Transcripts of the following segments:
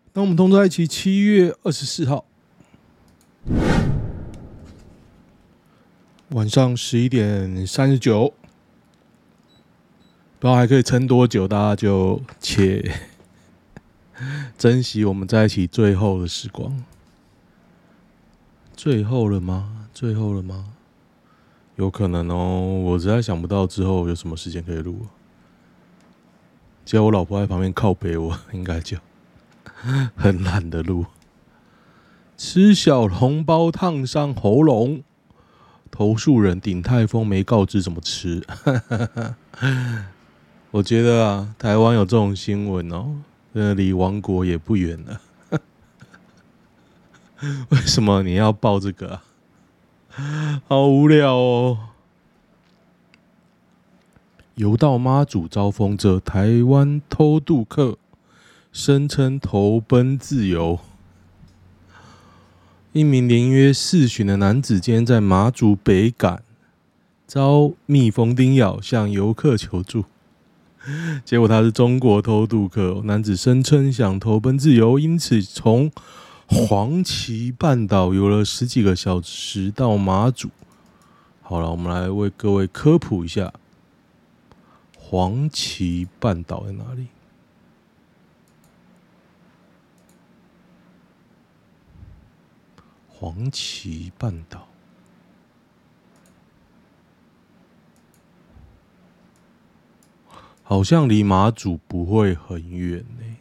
那我们同在一起7月24号晚上11:39，不知道还可以撑多久，大家就且珍惜我们在一起最后的时光。最后了吗？最后了吗？有可能哦，我实在想不到之后有什么时间可以录。只要我老婆在旁边靠北我，应该就很懒得录。吃小笼包烫伤喉咙，投诉人鼎泰丰没告知怎么吃。我觉得啊，台湾有这种新闻哦，离亡国也不远了。为什么你要报这个啊？好无聊哦。游到妈祖遭封者，台湾偷渡客声称投奔自由。一名连约4旬的男子今天在马祖北港遭蜜蜂叮咬，向游客求助。结果他是中国偷渡客，男子声称想投奔自由，因此从黄岐半岛游了10几个小时到马祖。好了，我们来为各位科普一下，黄岐半岛在哪里？黄岐半岛，好像离马祖不会很远呢。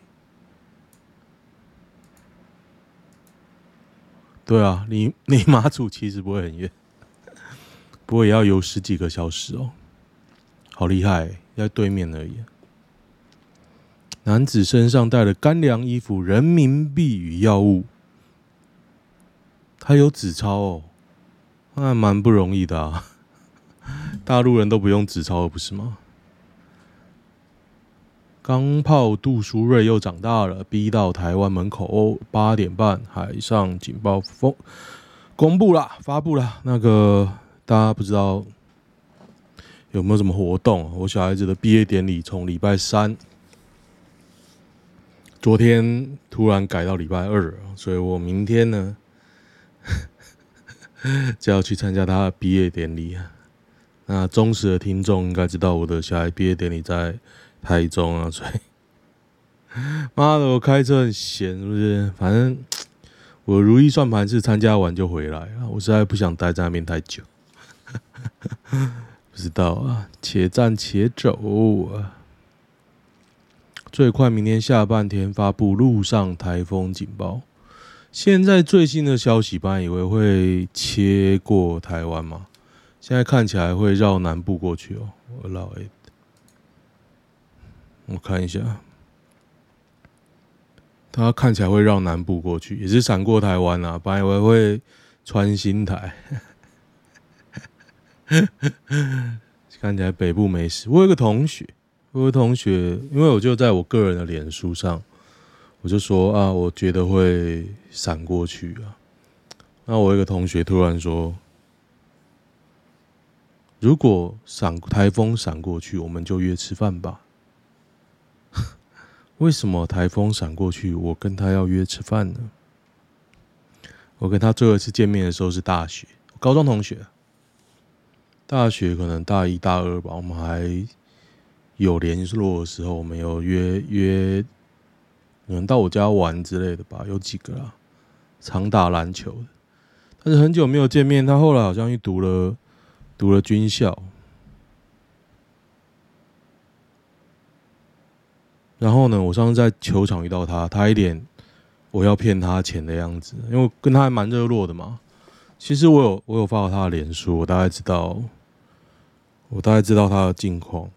对啊，离马祖其实不会很远，不过也要游10几个小时哦。好厉害，在对面而已。男子身上带了干粮、衣服、人民币与药物。他有纸钞哦，那还蛮不容易的啊。大陆人都不用纸钞了，不是吗？钢炮杜苏芮又长大了，逼到台湾门口，8点半，海上警报公布啦，发布啦。那个大家不知道有没有什么活动？我小孩子的毕业典礼从礼拜3，昨天突然改到礼拜2，所以我明天呢就要去参加他的毕业典礼。那忠实的听众应该知道我的小孩毕业典礼在台中啊，所以妈的，我开车很闲，是不是？反正我如意算盘是参加完就回来了，我实在不想待在那边太久。不知道啊，且战且走啊。最快明天下半天发布陆上台风警报。现在最新的消息，本来以为会切过台湾嘛，现在看起来会绕南部过去哦。我看一下，它看起来会绕南部过去，也是闪过台湾啊。本来以为会穿新台，看起来北部没事。我有个同学，因为我就在我个人的脸书上，我就说啊，我觉得会闪过去啊。那我有个同学突然说，如果台风闪过去，我们就约吃饭吧。为什么台风闪过去，我跟他要约吃饭呢？我跟他最后一次见面的时候是大学，高中同学，大学可能大1、大2吧，我们还有联络的时候，我们有约，可能到我家玩之类的吧，有几个啦，常打篮球的，但是很久没有见面。他后来好像去读了军校。然后呢，我上次在球场遇到他，他一脸我要骗他钱的样子，因为我跟他还蛮热络的嘛。其实我有发到他的脸书，我大概知道他的近况。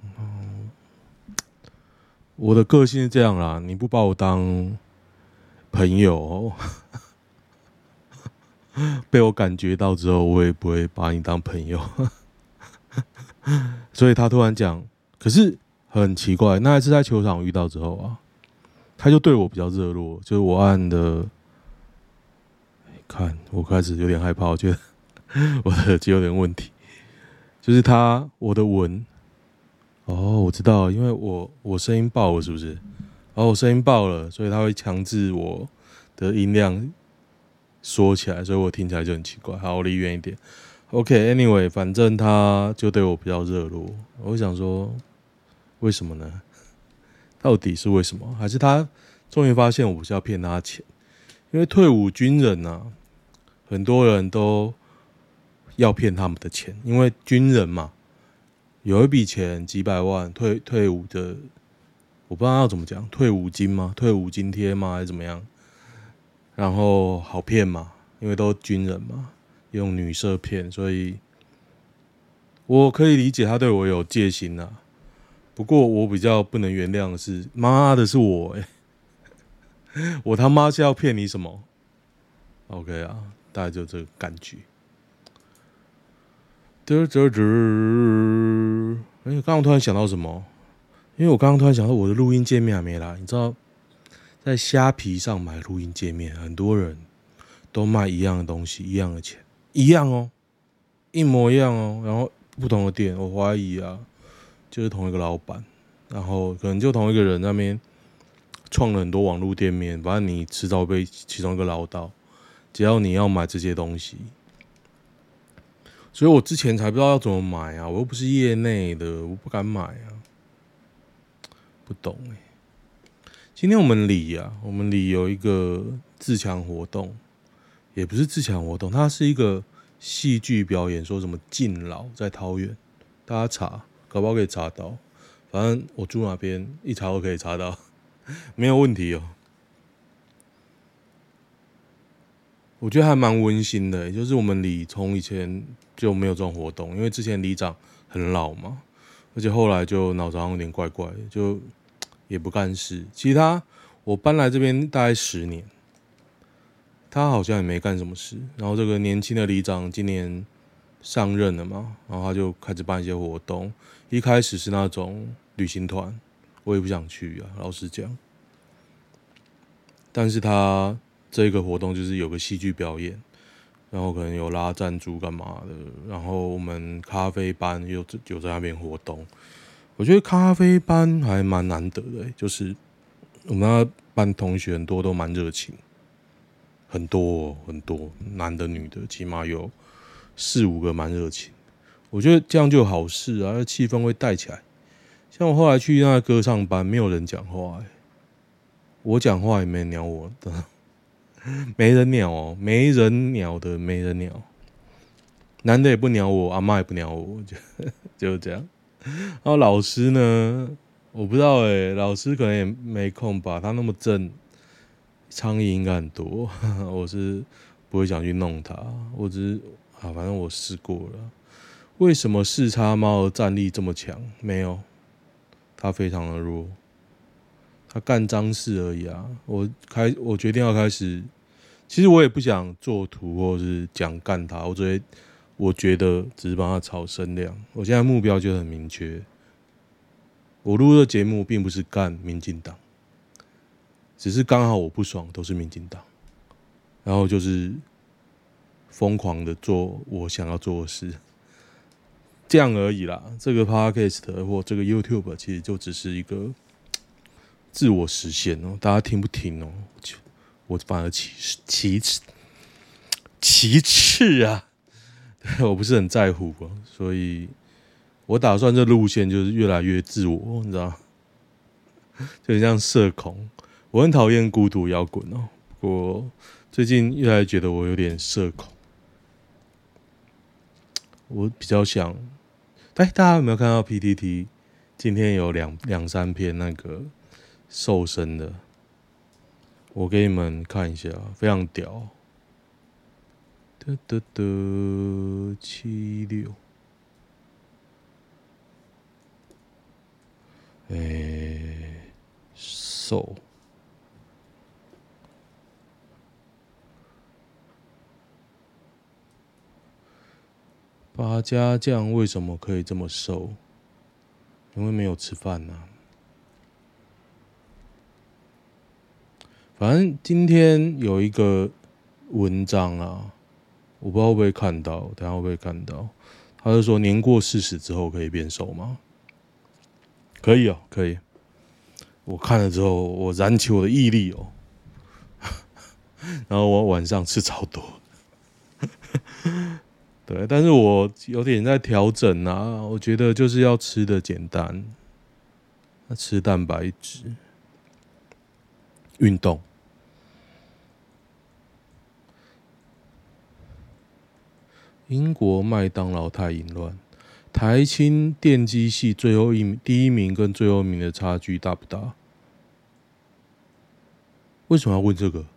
我的个性是这样啦，你不把我当朋友，被我感觉到之后，我也不会把你当朋友。所以他突然讲，可是很奇怪，那一次在球场遇到之后啊，他就对我比较热络，就是我按的，看我开始有点害怕，我觉得我的耳机有点问题，就是我的文，哦，我知道，因为我声音爆了，是不是？ 然后我声音爆了，所以他会强制我的音量缩起来，所以我听起来就很奇怪。好，我离远一点。OK，anyway，反正他就对我比较热络。我想说，为什么呢？到底是为什么？还是他终于发现我不是要骗他钱？因为退伍军人啊，很多人都要骗他们的钱，因为军人嘛，有一笔钱几百万，退伍的，我不知道要怎么讲，退伍金吗？退伍津贴吗？还是怎么样？然后好骗嘛，因为都军人嘛，用女色骗，所以我可以理解他对我有戒心啊。不过我比较不能原谅的是，妈的是我我他妈是要骗你什么 ？OK 啊，大概就这个感觉。刚刚突然想到什么？因为我刚刚突然想到我的录音界面还没来，你知道，在虾皮上买录音界面，很多人都卖一样的东西，一样的钱，一样哦，一模一样哦，然后不同的店，我怀疑啊，就是同一个老板，然后可能就同一个人那边创了很多网络店面，反正你迟早被其中一个捞到，只要你要买这些东西。所以我之前才不知道要怎么买啊，我又不是业内的，我不敢买啊，不懂今天我们里有一个自强活动，也不是自强活动，它是一个戏剧表演，说什么敬老在桃园，大家查，搞不好可以查到。反正我住哪边，一查都可以查到，没有问题哦。我觉得还蛮温馨的，就是我们里从以前就没有这种活动，因为之前里长很老嘛，而且后来就脑子有点怪怪的，就也不干事。其他我搬来这边大概10年，他好像也没干什么事。然后这个年轻的里长今年上任了嘛，然后他就开始办一些活动。一开始是那种旅行团，我也不想去啊，老实讲。但是他这个活动就是有个戏剧表演，然后可能有拉赞助干嘛的，然后我们咖啡班有在那边活动。我觉得咖啡班还蛮难得的，就是我们那班同学很多都蛮热情，很多男的女的，起码有4-5个蛮热情。我觉得这样就有好事啊，气氛会带起来。像我后来去那个歌唱班，没有人讲话我讲话也没人鸟我的，没人鸟哦，没人鸟的，没人鸟。男的也不鸟我，阿妈也不鸟我，就这样。然后老师呢，我不知道老师可能也没空吧，他那么正，苍蝇应该很多，我是不会想去弄他，我只是反正我试过了。为什么四叉猫的战力这么强？没有，他非常的弱。他干脏事而已啊！我决定要开始，其实我也不想做图或是讲干他，我觉得只是帮他炒声量。我现在目标就很明确，我录的节目并不是干民进党，只是刚好我不爽都是民进党，然后就是疯狂的做我想要做的事，这样而已啦。这个 podcast 或这个 YouTube 其实就只是一个自我实现哦，大家听不听哦？我反而其次啊，我不是很在乎啊，所以我打算这路线就是越来越自我，你知道，就很像社恐。我很讨厌孤独摇滚哦，不过最近越来越觉得我有点社恐。我比较想，大家有没有看到 PTT 今天有两三篇那个瘦身的？我给你们看一下，非常屌。76，瘦。八家将为什么可以这么瘦？因为没有吃饭啊。反正今天有一个文章啊，我不知道会不会看到，等下会不会看到？他就说年过40之后可以变瘦吗？可以哦，可以。 我看了之后，我燃起我的毅力哦，然后我晚上吃超多。对，但是我有点在调整啊，我觉得就是要吃的简单，吃蛋白质，运动。英国麦当劳太淫乱，台清电机系第一名跟最后一名的差距大不大？为什么要问这个？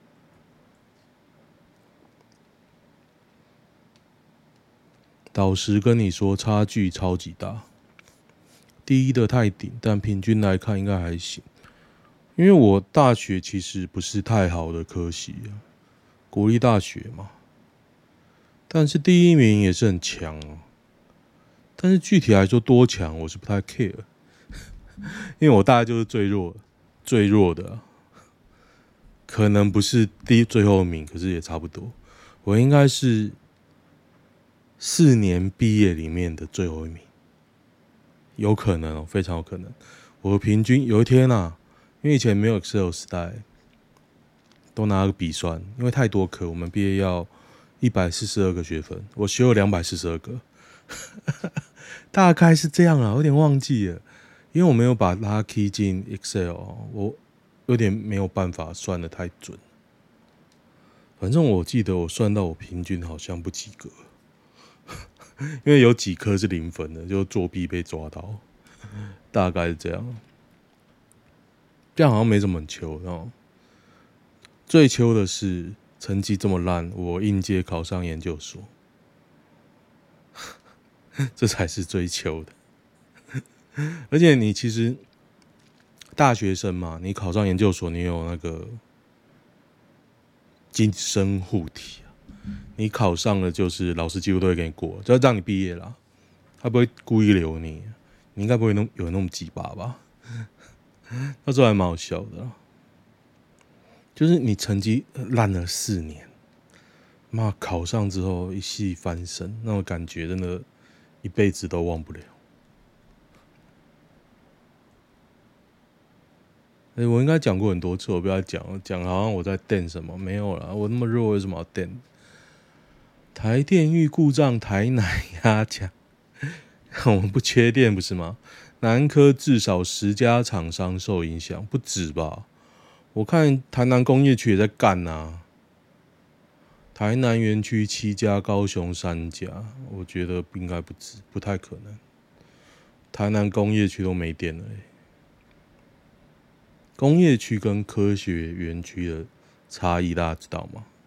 导师跟你说差距超级大，第一的太顶，但平均来看应该还行。因为我大学其实不是太好的科系啊，国立大学嘛，但是第一名也是很强哦。但是具体来说多强，我是不太 care， 因为我大概就是最弱的啊，可能不是最后一名，可是也差不多。我应该是4年毕业里面的最后一名，有可能哦，非常有可能。我平均有一天啊，因为以前没有 Excel 时代，都拿个笔算，因为太多科，我们毕业要142个学分，我修了242个，大概是这样啊，有点忘记了，因为我没有把它 key 进 Excel， 我有点没有办法算得太准。反正我记得我算到我平均好像不及格，因为有几科是0分的，就作弊被抓到，大概是这样。这样好像没什么很糗，然后最糗的是成绩这么烂，我应届考上研究所，这才是最糗的。而且你其实大学生嘛，你考上研究所，你有那个晋升护体啊，你考上了就是老师几乎都会给你过，就要让你毕业啦，他不会故意留你，你应该不会有那么鸡巴吧？那时候还蛮好笑的啦，就是你成绩烂了4年，妈考上之后一系翻身，那种感觉真的一辈子都忘不了。我应该讲过很多次，我不要讲好像我在电什么，没有啦，我那么弱，为什么要电？台电遇故障，台奶压价，我们不缺电不是吗？南科至少10家厂商受影响，不止吧？我看台南工业区也在干啊，台南园区7家，高雄3家，我觉得应该不止，不太可能。台南工业区都没电了工业区跟科学园区的差异大家知道吗？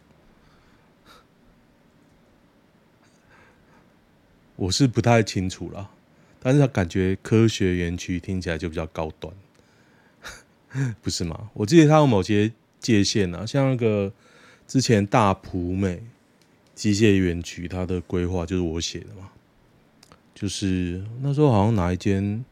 我是不太清楚啦，但是他感觉科学园区听起来就比较高端，不是吗？我记得它有某些界限啊，像那个之前大埔美机械园区，它的规划就是我写的嘛，就是那时候好像哪一间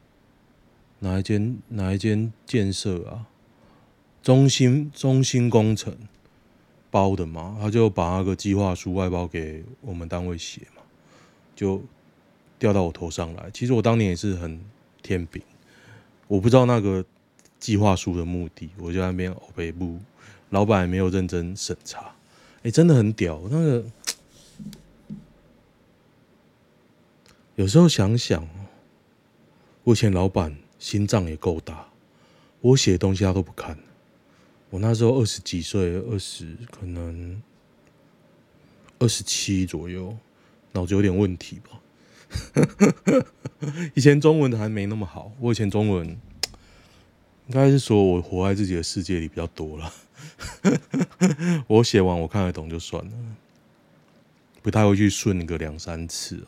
建设啊，中心工程包的嘛，他就把那个计划书外包给我们单位写嘛，就调到我头上来。其实我当年也是很天兵，我不知道那个计划书的目的，我就在那边北部，老板也没有认真审查，真的很屌。那个有时候想想，我以前老板心脏也够大，我写的东西他都不看。我那时候20几岁可能27左右，脑子有点问题吧。以前中文还没那么好，我以前中文应该是说我活在自己的世界里比较多了。我写完我看得懂就算了，不太会去顺个2、3次。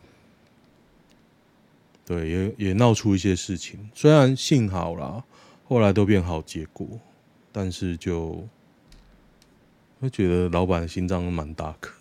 对，也闹出一些事情，虽然幸好啦，后来都变好结果，但是就会觉得老板的心脏蛮大颗。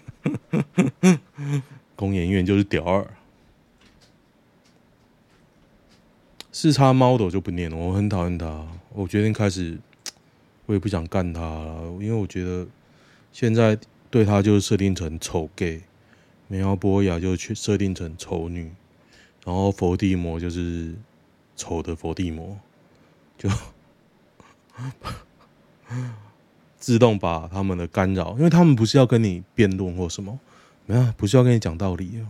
工研院就是屌二。4叉 model 就不念了，我很讨厌他。我决定开始，我也不想干他了，因为我觉得现在对他就是设定成丑 gay， 美瑶波雅就去设定成丑女，然后佛地魔就是丑的佛地魔， 就自动把他们的干扰，因为他们不是要跟你辩论或什么，没有，不是要跟你讲道理，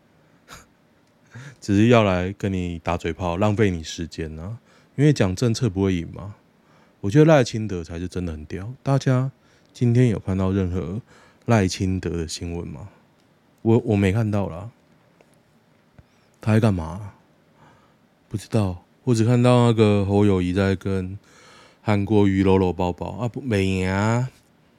只是要来跟你打嘴炮，浪费你时间啊。因为讲政策不会赢嘛。我觉得赖清德才是真的很屌。大家今天有看到任何赖清德的新闻吗？我没看到啦。他在干嘛？不知道。我只看到那个侯友宜在跟韩国瑜搂搂抱抱啊，不没赢啊！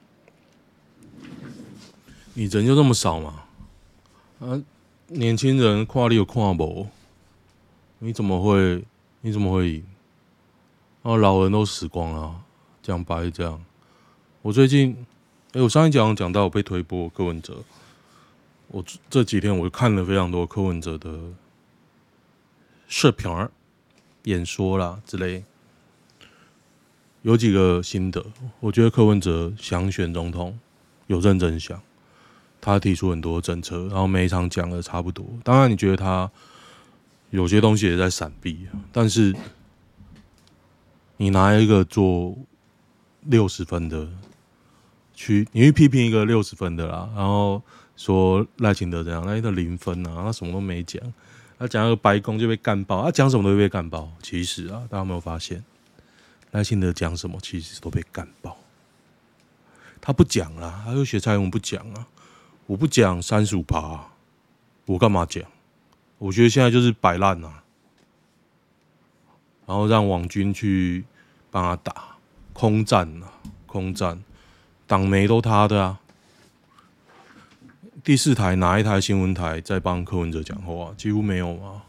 你人就这么少嘛？啊，年轻人看你有看无？你怎么会赢？然后老人都死光了，讲白这样。我最近，我上一讲到我被推播柯文哲，我这几天我看了非常多柯文哲的视频、演说啦之类，有几个心得。我觉得柯文哲想选总统，有认真想，他提出很多政策，然后每一场讲的差不多。当然，你觉得他有些东西也在闪避，但是你拿一个做60分的你去批评一个60分的啦，然后说赖清德怎样，那个0分啊，他什么都没讲，他讲那个白宫就被干爆，他讲什么都会被干爆。其实啊，大家有没有发现，赖清德讲什么其实都被干爆。他不讲啦，他就学蔡英文不讲啊，我不讲35%，我干嘛讲？我觉得现在就是摆烂啊，然后让网军去帮他打空战啊，空战。党媒都他的啊，第4台哪一台新闻台在帮柯文哲讲话？几乎没有嘛。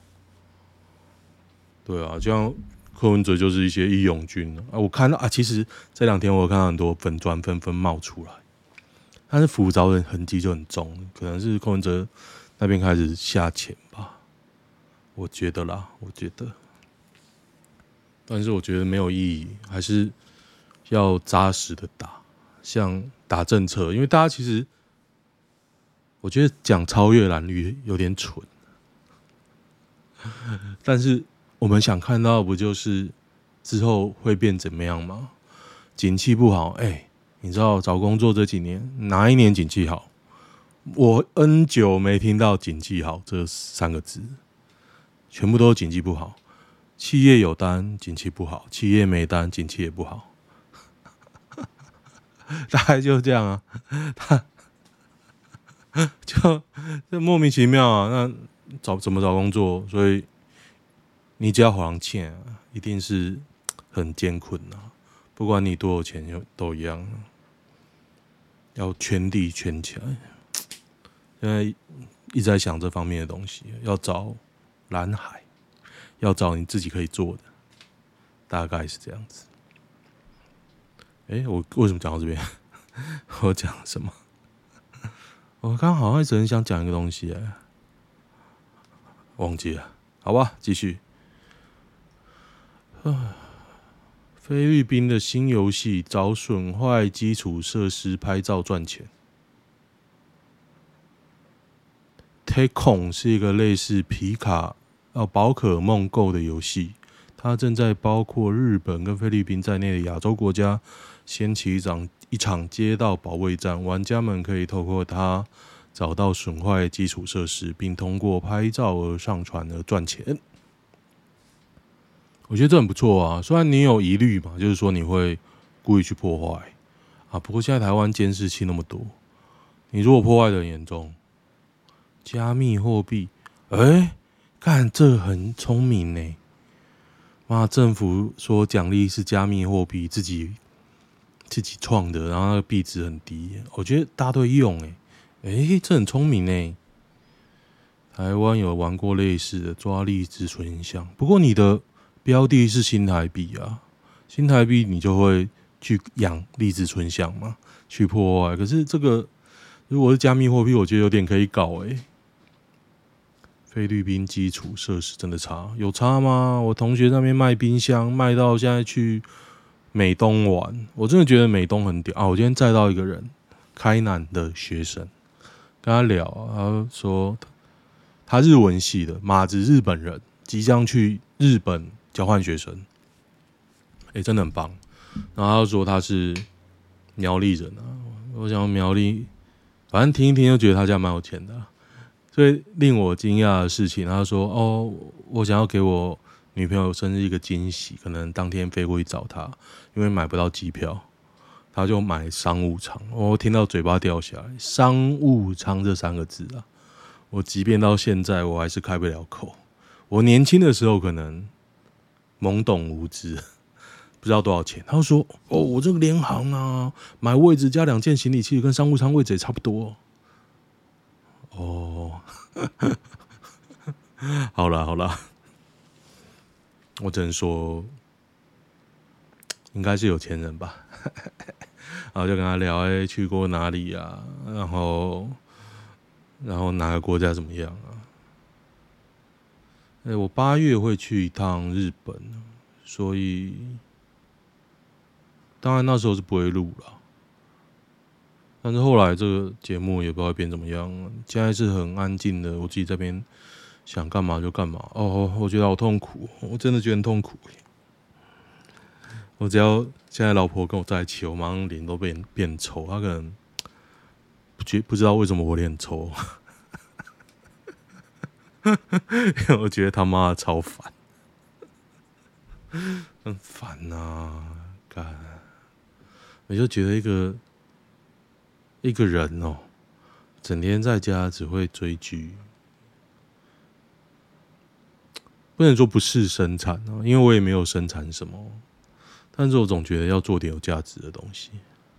对啊，这样柯文哲就是一些义勇军啊。我看到啊，其实这2天我有看到很多粉专纷纷冒出来，但是浮躁的痕迹就很重，可能是柯文哲那边开始下潜吧。我觉得啦，但是我觉得没有意义，还是要扎实的打。像打政策，因为大家其实，我觉得讲超越蓝绿有点蠢，但是我们想看到不就是之后会变怎么样吗？景气不好，你知道找工作这几年哪一年景气好？我 N 久没听到景气好这3个字，全部都是景气不好。企业有单，景气不好；企业没单，景气也不好。大概就这样啊，他就莫名其妙啊。那怎么找工作？所以你只要还钱啊，一定是很艰困啊。不管你多有钱都一样，要圈地圈起来。现在一直在想这方面的东西，要找蓝海，要找你自己可以做的，大概是这样子。我为什么讲到这边？我讲什么？我刚刚好像一直很想讲一个东西，忘记了。好吧，继续。菲律宾的新游戏找损坏基础设施拍照赚钱。Take 是一个类似宝可梦 Go 的游戏，它正在包括日本跟菲律宾在内的亚洲国家掀起一场街道保卫战。玩家们可以透过它找到损坏基础设施，并通过拍照而上传而赚钱。我觉得这很不错啊，虽然你有疑虑嘛，就是说你会故意去破坏啊。不过现在台湾监视器那么多，你如果破坏的很严重，加密货币，干这很聪明呢。妈，政府说奖励是加密货币，自己创的，然后那个币值很低，我觉得大家都会用这很聪明呢。台湾有玩过类似的抓粒子存项，不过你的标的是新台币啊，新台币你就会去养粒子存项嘛，去破坏。可是这个如果是加密货币，我觉得有点可以搞菲律宾基础设施真的差，有差吗？我同学那边卖冰箱，卖到现在去美东玩，我真的觉得美东很屌啊！我今天载到一个人，开南的学生，跟他聊他说他日文系的，马子日本人，即将去日本交换学生。 真的很棒。然后他说他是苗栗人啊，我想苗栗，反正听一听就觉得他家蛮有钱的所以令我惊讶的事情，他说哦，我想要给我女朋友生日一个惊喜，可能当天飞过去找她，因为买不到机票，他就买商务舱。我听到嘴巴掉下来，商务舱这3个字啊，我即便到现在我还是开不了口。我年轻的时候可能懵懂无知，不知道多少钱。他就说：“哦，我这个联航啊，买位置加2件行李器，跟商务舱位置也差不多。”哦，好啦，我只能说，应该是有钱人吧。然后就跟他聊，去过哪里啊？然后哪个国家怎么样啊？我8月会去一趟日本，所以当然那时候是不会录了。但是后来这个节目也不知道会变怎么样，现在是很安静的，我自己这边想干嘛就干嘛。我觉得好痛苦，我真的觉得很痛苦。我只要现在老婆跟我在一起，我马上脸都变臭，她可能不知道为什么我脸臭。因为我觉得他妈的超烦，很烦啊！干，我就觉得一个人哦，整天在家只会追剧，不能说不是生产哦，因为我也没有生产什么，但是我总觉得要做点有价值的东西。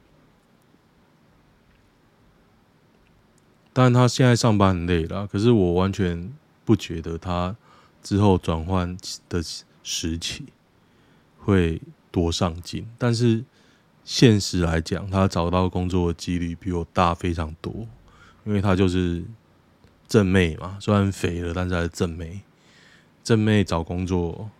当然，他现在上班很累啦，可是我完全不觉得他之后转换的时期会多上进。但是现实来讲，他找到工作的几率比我大非常多，因为他就是正妹嘛，虽然肥了，但是还是正妹。正妹找工作，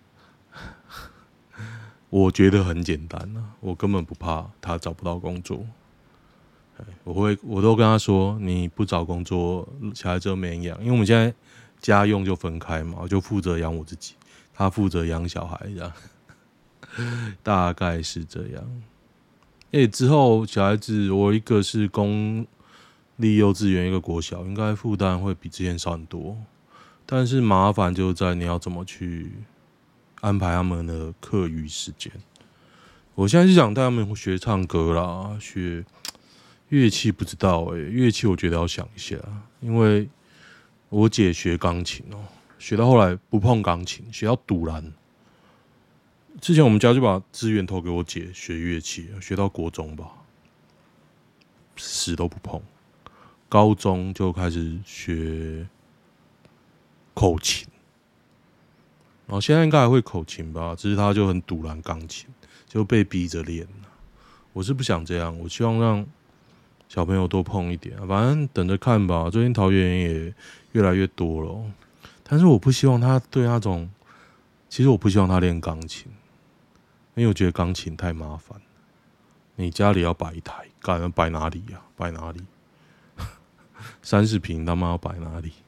我觉得很简单啊，我根本不怕他找不到工作。我都跟他说，你不找工作，小孩子都没人养。因为我们现在家用就分开嘛，我就负责养我自己，他负责养小孩，这样大概是这样。之后小孩子，我一个是公立幼稚园，一个国小，应该负担会比之前少很多。但是麻烦就在你要怎么去安排他们的课余时间。我现在是想带他们学唱歌啦，学乐器不知道乐器我觉得要想一下，因为我姐学钢琴学到后来不碰钢琴，学到赌烂。之前我们家就把资源投给我姐学乐器，学到国中吧，死都不碰。高中就开始学口琴，然后现在应该还会口琴吧，只是他就很赌烂钢琴，就被逼着练。我是不想这样，我希望让小朋友多碰一点，反正等着看吧。最近桃园也越来越多了，但是我不希望他对那种，其实我不希望他练钢琴，因为我觉得钢琴太麻烦。你家里要摆一台，干摆哪里呀？摆哪里？30坪他妈要摆哪里？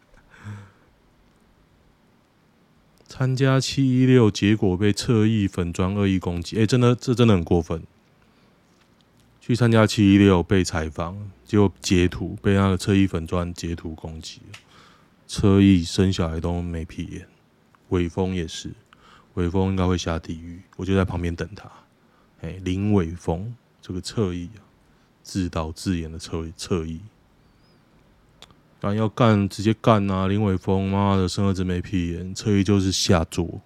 参加716，结果被侧翼粉专恶意攻击，这真的很过分。去参加716被采访，结果截图被那个侧翼粉专截图攻击了。侧翼生小孩都没屁眼，伟峰也是，伟峰应该会下地狱，我就在旁边等他。林伟峰这个侧翼自导自演的侧翼。要干直接干啊！林伟峰妈的生儿子没屁眼，侧翼就是下作。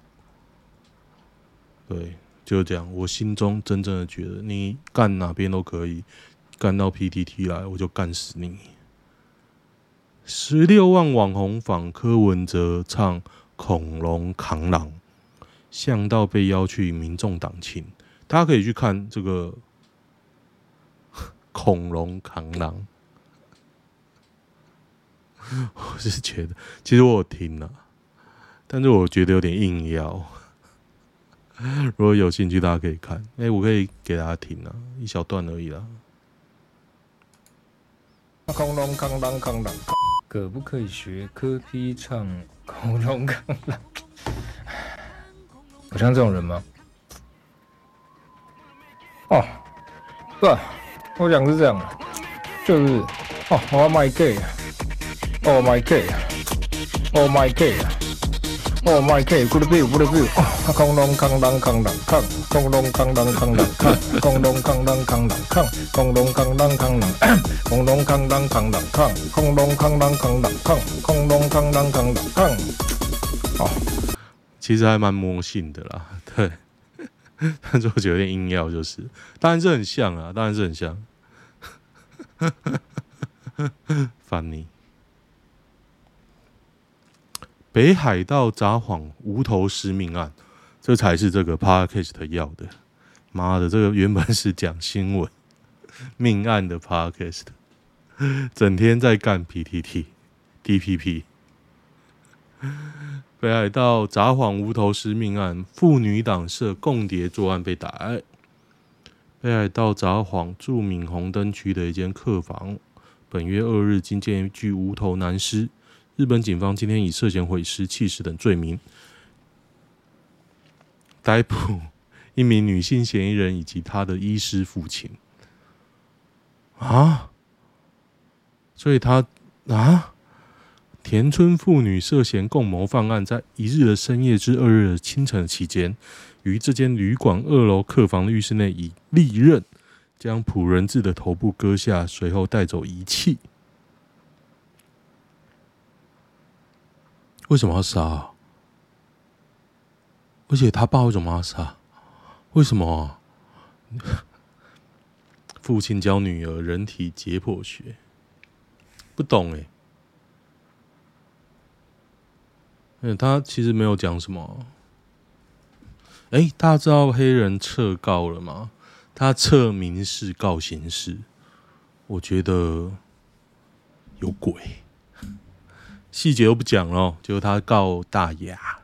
对，就这样。我心中真正的觉得，你干哪边都可以，干到 PTT 来，我就干死你。16万网红访柯文哲唱恐龙扛狼，巷道被邀去民众党庆，大家可以去看这个恐龙扛狼。我是觉得，其实我有听了，但是我觉得有点硬要。如果有兴趣，大家可以看。我可以给大家听啊，一小段而已啦。 恐龙扛狼扛狼，可不可以学柯 P 唱恐龙扛狼？我像这种人吗？ 哦，是吧？我想是这样的，就是哦，我要卖 gay 啊，Oh my gay 啊，Oh my gay 啊。Oh my God，good view，good view。空隆康当康当康，空隆康当康当康，空隆康当康当康，空隆康当康当，空隆康当康当康，空隆康当康当康，空隆康当康当康。哦， 其实还蛮魔性的啦，对。但是我觉得有点硬要，就是当然是很像啊，当然是很像。烦你。北海道札幌无头尸命案，这才是这个 podcast 要的。妈的，这个原本是讲新闻命案的 podcast， 整天在干 PTT、DPP。北海道札幌无头尸命案，妇女党涉共谍作案被逮。北海道札幌著名红灯区的一间客房，本月2日惊见一具无头男尸。日本警方今天以涉嫌毁尸、弃尸等罪名逮捕一名女性嫌疑人以及她的医师父亲。啊，所以他啊，田村妇女涉嫌共谋犯案，在1日的深夜至2日的清晨期间，于这间旅馆2楼客房的浴室内以利刃将朴仁志的头部割下，随后带走仪器。为什么要杀啊？而且他爸为什么要杀？为什么啊？父亲教女儿人体解剖学，不懂他其实没有讲什么。大家知道黑人撤告了吗？他撤民事告刑事，我觉得有鬼。细节都不讲了，结果他告大牙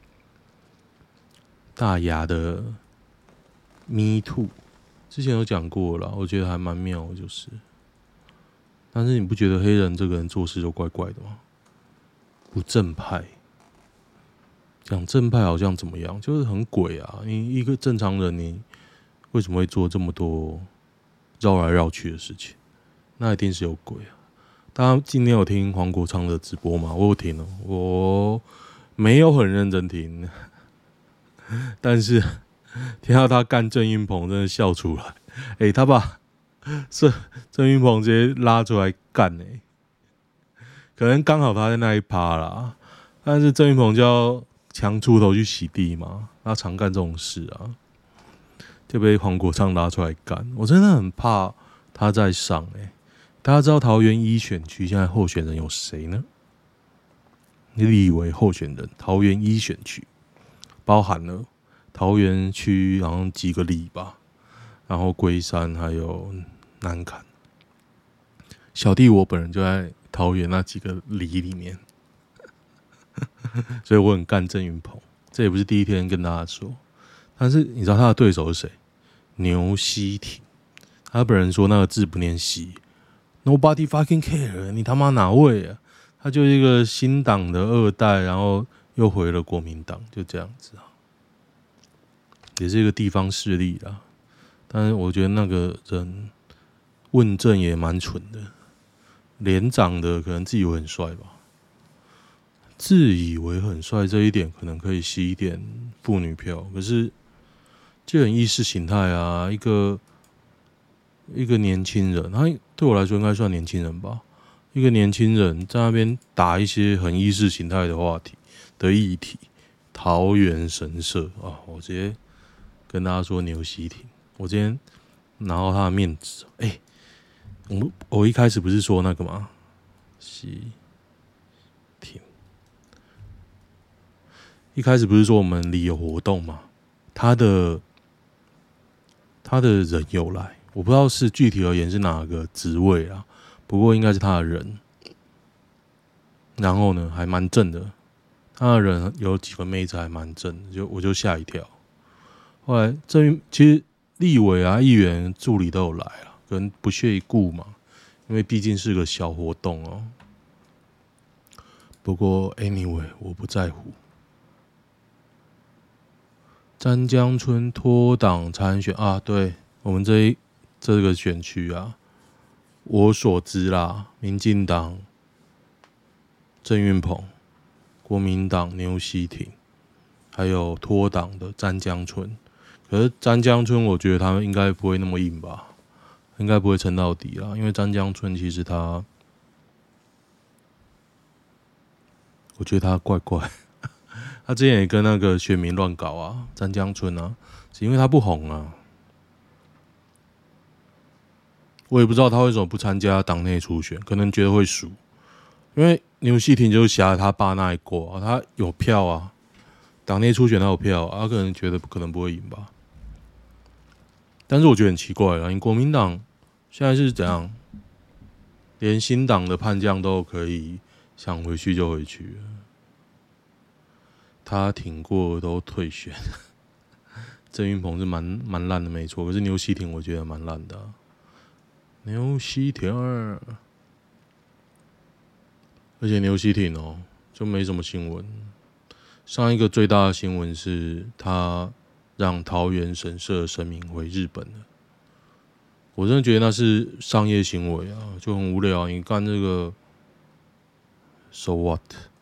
的 Me Too， 之前有讲过了，我觉得还蛮妙的，就是，但是你不觉得黑人这个人做事就怪怪的吗？不正派，讲正派好像怎么样，就是很鬼啊！你一个正常人，你为什么会做这么多绕来绕去的事情？那一定是有鬼啊！大家今天有听黄国昌的直播吗？我有听我没有很认真听，但是听到他干郑云鹏，真的笑出来。他把郑云鹏直接拉出来干可能刚好他在那一趴啦。但是郑云鹏就要强出头去洗地嘛，他常干这种事啊，就被黄国昌拉出来干。我真的很怕他在上大家知道桃园1选区现在候选人有谁呢？立委候选人，桃园1选区包含了桃园区，然后几个里吧，然后龟山还有南崁。小弟我本人就在桃园那几个里里面，所以我很干郑云鹏。这也不是第一天跟大家说，但是你知道他的对手是谁？牛希挺。他本人说那个字不念希。Nobody fucking care， 你他妈哪位啊？他就是一个新党的2代，然后又回了国民党，就这样子啊，也是一个地方势力啦。但是我觉得那个人问政也蛮蠢的，连长的可能自以为很帅吧，自以为很帅这一点可能可以吸一点妇女票，可是就很意识形态啊，一个年轻人，他对我来说应该算年轻人吧。一个年轻人在那边打一些很意识形态的话题的议题，桃园神社啊，我直接跟大家说牛希挺，我今天拿到他的面子。我一开始不是说那个吗？希挺，一开始不是说我们里有活动吗？他的人有来。我不知道是具体而言是哪个职位啊，不过应该是他的人。然后呢，还蛮正的，他的人有几个妹子还蛮正的，我就吓一跳。后来其实立委啊、议员、助理都有来啊，可能不屑一顾嘛，因为毕竟是个小活动哦。不过 anyway， 我不在乎。詹江村脱党参选啊，对。 我们这个选区啊，我所知啦，民进党郑运鹏，国民党牛希挺，还有脱党的詹江村。可是詹江村，我觉得他们应该不会那么硬吧，应该不会撑到底啦。因为詹江村其实我觉得他怪怪，他之前也跟那个选民乱搞啊，詹江村啊，是因为他不红啊。我也不知道他为什么不参加党内初选，可能觉得会输，因为牛希挺就是挟他爸那一锅啊，他有票啊，党内初选他有票啊，他可能觉得可能不会赢吧。但是我觉得很奇怪啊，你国民党现在是怎样，连新党的叛将都可以想回去就回去了，他挺过都退选，郑运鹏是蛮烂的没错，可是牛希挺我觉得蛮烂的啊。牛希挺，而且牛希挺哦，就没什么新闻。上一个最大的新闻是他让桃园神社神明回日本了。我真的觉得那是商业行为啊，就很无聊。你干这个 ，so what？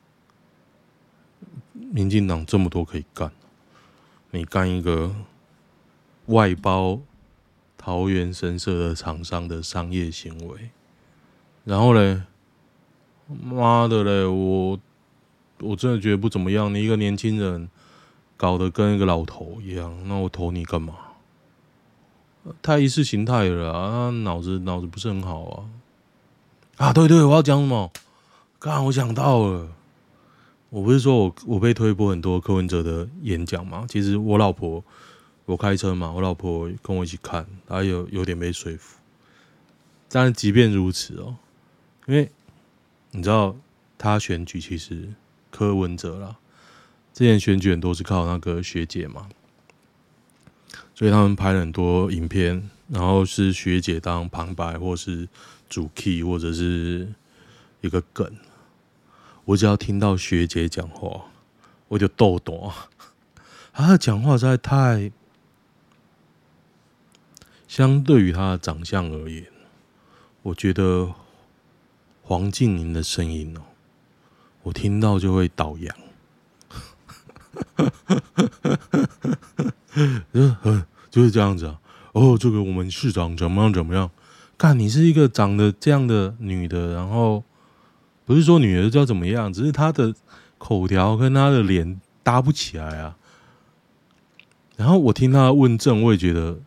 民进党这么多可以干，你干一个外包桃园神社的厂商的商业行为，然后嘞，妈的嘞，我真的觉得不怎么样。你一个年轻人搞得跟一个老头一样，那我投你干嘛？太意识形态了啊！脑子不是很好啊！啊，对，我要讲什么？刚我想到了，我不是说我被推播很多柯文哲的演讲吗？其实我老婆。我开车嘛，我老婆跟我一起看，她有点被说服。但是即便如此哦，因为你知道他选举其实柯文哲啦，之前选举很多是靠那个学姐嘛，所以他们拍了很多影片，然后是学姐当旁白或是主 key 或者是一个梗。我只要听到学姐讲话，我就逗懂。她的讲话实在太。相对于他的长相而言，我觉得黄静莹的声音哦，我听到就会倒洋，就是这样子啊。哦，这个我们市长怎么样？干，你是一个长得这样的女的，然后不是说女的就要怎么样，只是她的口条跟她的脸搭不起来啊。然后我听她的问政，我也觉得。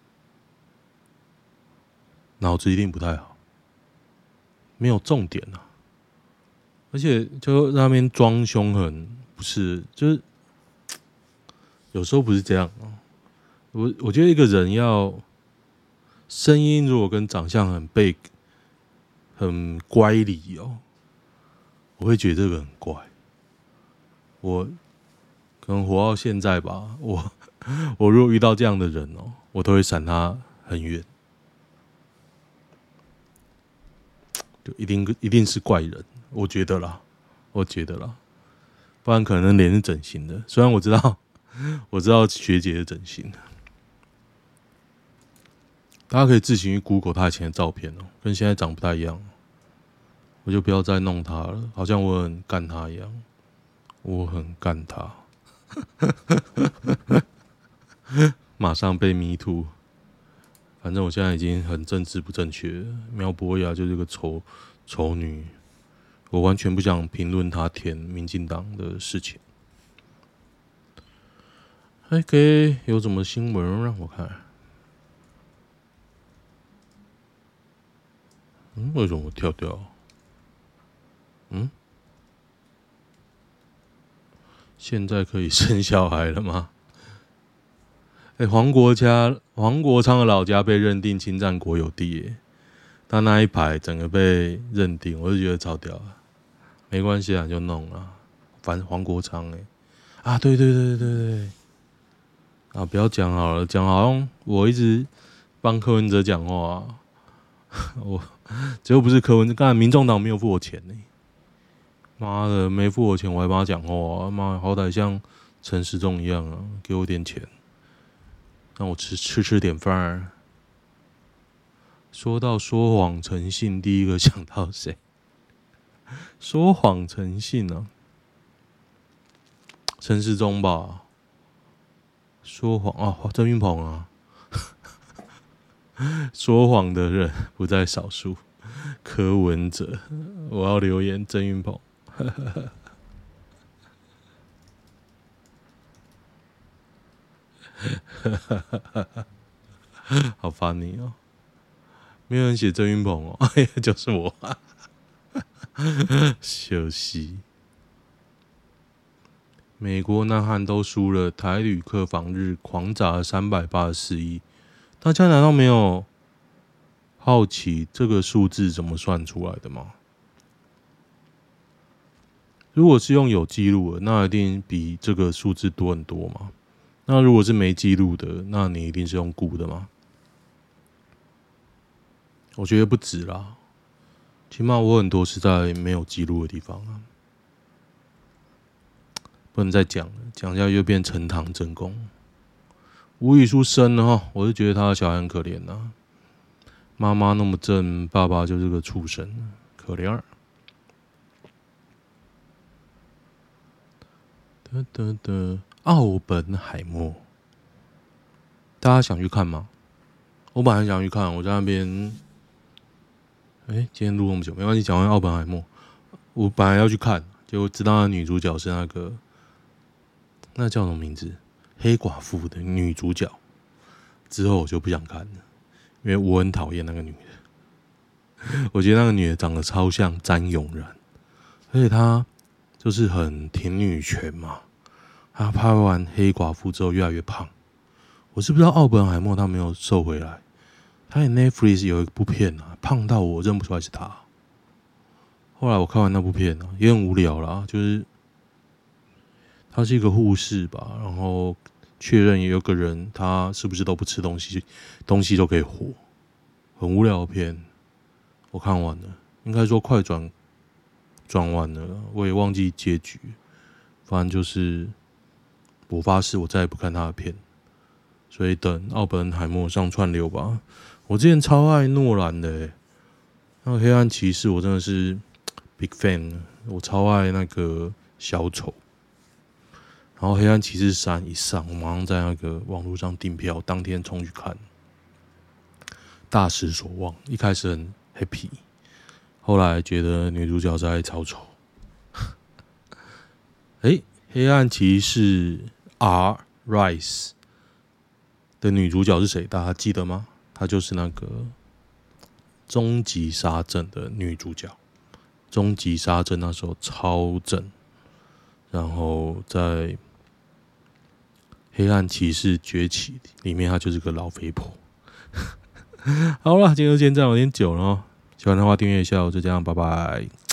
脑子一定不太好，没有重点啊，而且就在那边装凶狠，不是，就是有时候不是这样啊。我觉得一个人要声音如果跟长相很乖离哦，我会觉得这个很怪。我可能活到现在吧，我如果遇到这样的人哦，我都会闪他很远。就一定是怪人，我觉得啦，不然可能脸是整形的。虽然我知道学姐是整形的，大家可以自行去 Google 她以前的照片哦，跟现在长不太一样。我就不要再弄她了，好像我很干她一样，我很干她，马上被迷途。反正我现在已经很政治不正确了。苗博雅就是个丑女，我完全不想评论她填民进党的事情。OK， 有什么新闻让我看？为什么我跳掉？现在可以生小孩了吗？黄国昌的老家被认定侵占国有地耶，他那一排整个被认定，我就觉得超屌了。没关系啊，就弄了。反正黄国昌对啊，不要讲好了，讲好像我一直帮柯文哲讲话我结果不是柯文哲，刚才民众党没有付我钱呢。妈的，没付我钱我还帮他讲话，妈好歹像陈时中一样啊，给我点钱。让我吃点饭说到说谎成性，第一个想到谁？说谎成性啊，陈时中吧？说谎啊，郑云鹏啊。说谎的人不在少数。柯文哲，我要留言郑云鹏。好烦你哦！没有人写郑云鹏哦，就是我。休息。美国、南韩都输了，台旅客访日狂砸了384亿，大家难道没有好奇这个数字怎么算出来的吗？如果是用有记录的，那一定比这个数字多很多嘛。那如果是没记录的，那你一定是用估的吗？我觉得不止啦，起码我很多是在没有记录的地方啊。不能再讲了，讲下去就变呈堂证供。吴语书生了哈，我就觉得他的小孩很可怜呐、妈妈那么正，爸爸就是个畜生，可怜儿。奥本海默，大家想去看吗？我本来很想去看，我在那边。今天录那么久，没关系，讲完奥本海默，我本来要去看，结果知道那女主角是那叫什么名字？黑寡妇的女主角。之后我就不想看了，因为我很讨厌那个女的。我觉得那个女的长得超像詹永然，而且她就是很挺女权嘛。她拍完黑寡妇之后越来越胖，我是不知道奥本海默她没有瘦回来。他在 Netflix 有一部片啊，胖到我认不出来是他。后来我看完那部片啊，也很无聊啦，就是他是一个护士吧，然后确认有个人他是不是都不吃东西，东西都可以活，很无聊的片。我看完了，应该说快转完了，我也忘记结局。反正就是我发誓我再也不看他的片，所以等奥本海默上串流吧。我之前超爱诺兰的，那个《黑暗骑士》我真的是 big fan， 我超爱那个小丑。然后《黑暗骑士3》一上，我马上在那个网络上订票，当天冲去看，大失所望。一开始很 happy， 后来觉得女主角在超丑。黑暗骑士 R Rise 的女主角是谁？大家记得吗？她就是那个终极杀阵的女主角。终极杀阵那时候超正，然后在黑暗骑士崛起里面，她就是个老肥婆。好了，今天就先这样，有点久了哦。喜欢的话订阅一下，就这样，拜拜。